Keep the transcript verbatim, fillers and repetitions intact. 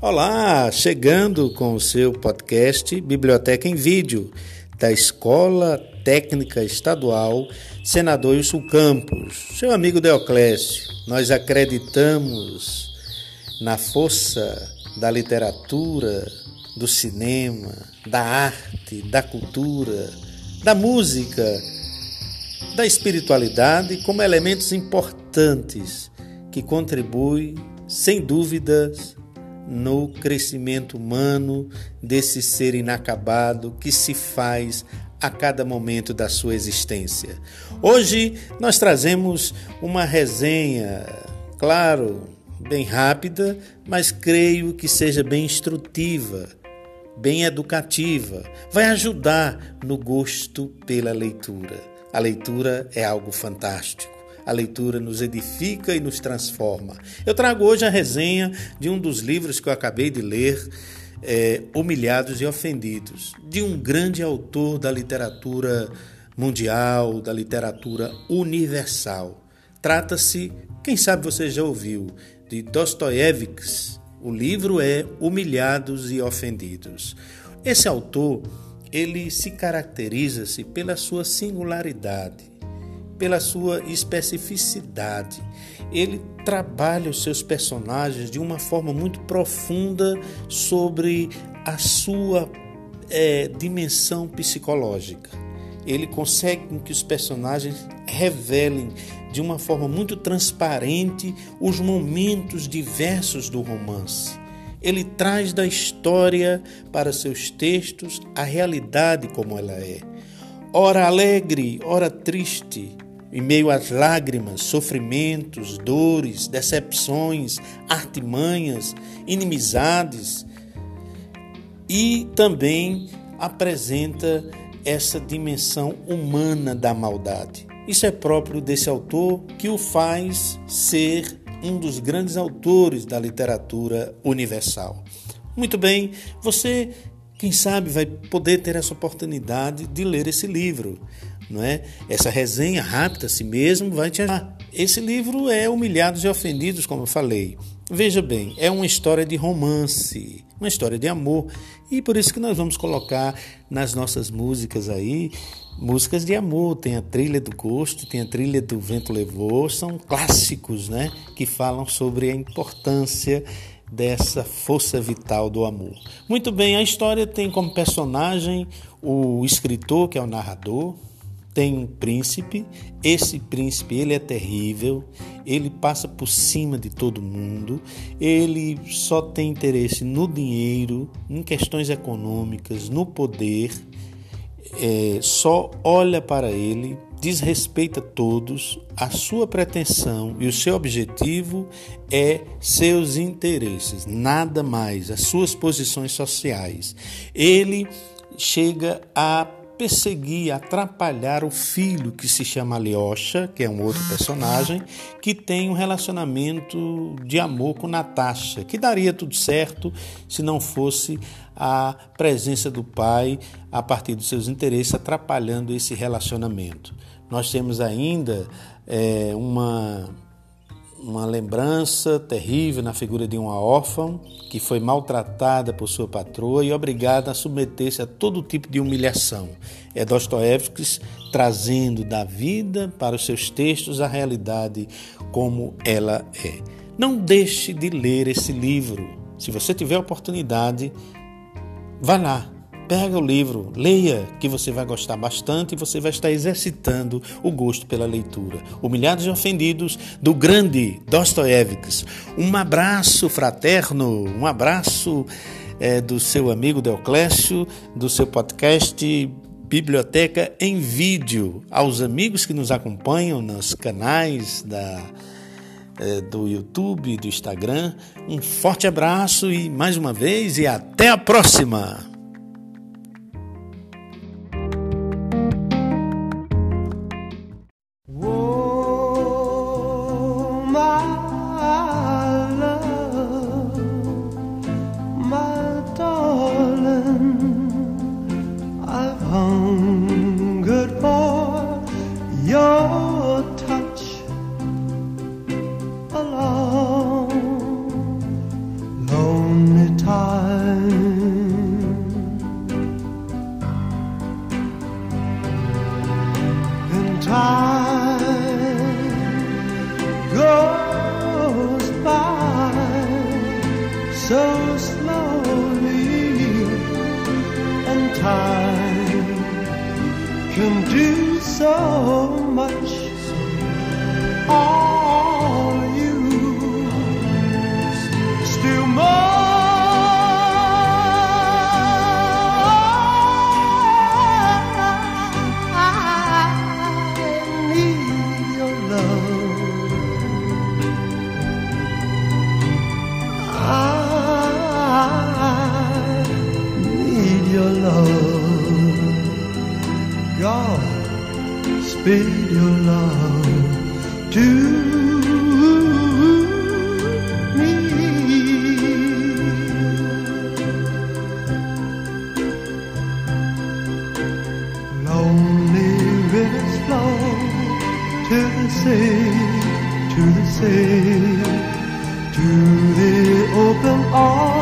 Olá, chegando com o seu podcast Biblioteca em Vídeo, da Escola Técnica Estadual Senador Wilson Campos, seu amigo Deoclésio. Nós acreditamos na força da literatura, do cinema, da arte, da cultura, da música, da espiritualidade como elementos importantes que contribuem, sem dúvidas, no crescimento humano desse ser inacabado que se faz a cada momento da sua existência. Hoje nós trazemos uma resenha, claro, bem rápida, mas creio que seja bem instrutiva, bem educativa, vai ajudar no gosto pela leitura. A leitura é algo fantástico. A leitura nos edifica e nos transforma. Eu trago hoje a resenha de um dos livros que eu acabei de ler, é, Humilhados e Ofendidos, de um grande autor da literatura mundial, da literatura universal. Trata-se, quem sabe você já ouviu, de Dostoiévski. O livro é Humilhados e Ofendidos. Esse autor, ele se caracteriza-se pela sua singularidade, pela sua especificidade. Ele trabalha os seus personagens de uma forma muito profunda sobre a sua é, dimensão psicológica. Ele consegue que os personagens revelem de uma forma muito transparente os momentos diversos do romance. Ele traz da história para seus textos a realidade como ela é. Ora alegre, ora triste, em meio às lágrimas, sofrimentos, dores, decepções, artimanhas, inimizades. E também apresenta essa dimensão humana da maldade. Isso é próprio desse autor, que o faz ser um dos grandes autores da literatura universal. Muito bem, você, quem sabe, vai poder ter essa oportunidade de ler esse livro, não é? Essa resenha rápida, assim mesmo, vai te ajudar. Esse livro é Humilhados e Ofendidos, como eu falei. Veja bem, é uma história de romance, uma história de amor, e por isso que nós vamos colocar nas nossas músicas aí, músicas de amor. Tem a trilha do Gosto, tem a trilha do Vento Levou, são clássicos, né, que falam sobre a importância dessa força vital do amor. Muito bem, a história tem como personagem o escritor, que é o narrador. Tem um príncipe, esse príncipe ele é terrível, ele passa por cima de todo mundo, ele só tem interesse no dinheiro, em questões econômicas, no poder, é, só olha para ele, desrespeita todos, a sua pretensão e o seu objetivo é seus interesses, nada mais, as suas posições sociais. Ele chega a perseguir, atrapalhar o filho que se chama Alyosha, que é um outro personagem, que tem um relacionamento de amor com Natasha, que daria tudo certo se não fosse a presença do pai a partir dos seus interesses atrapalhando esse relacionamento. Nós temos ainda é, uma... uma lembrança terrível na figura de uma órfã que foi maltratada por sua patroa e obrigada a submeter-se a todo tipo de humilhação. É Dostoiévski trazendo da vida para os seus textos a realidade como ela é. Não deixe de ler esse livro. Se você tiver oportunidade, vá lá. Pega o livro, leia, que você vai gostar bastante e você vai estar exercitando o gosto pela leitura. Humilhados e Ofendidos, do grande Dostoiévski. Um abraço fraterno, um abraço é, do seu amigo Deoclésio, do seu podcast Biblioteca em Vídeo. Aos amigos que nos acompanham nos canais da, é, do YouTube, do Instagram, um forte abraço e mais uma vez e até a próxima! Your touch alone, lonely time can do so much. Are you still more? Speed your love to me. Lonely rivers flow to the sea, to the sea, to the open arms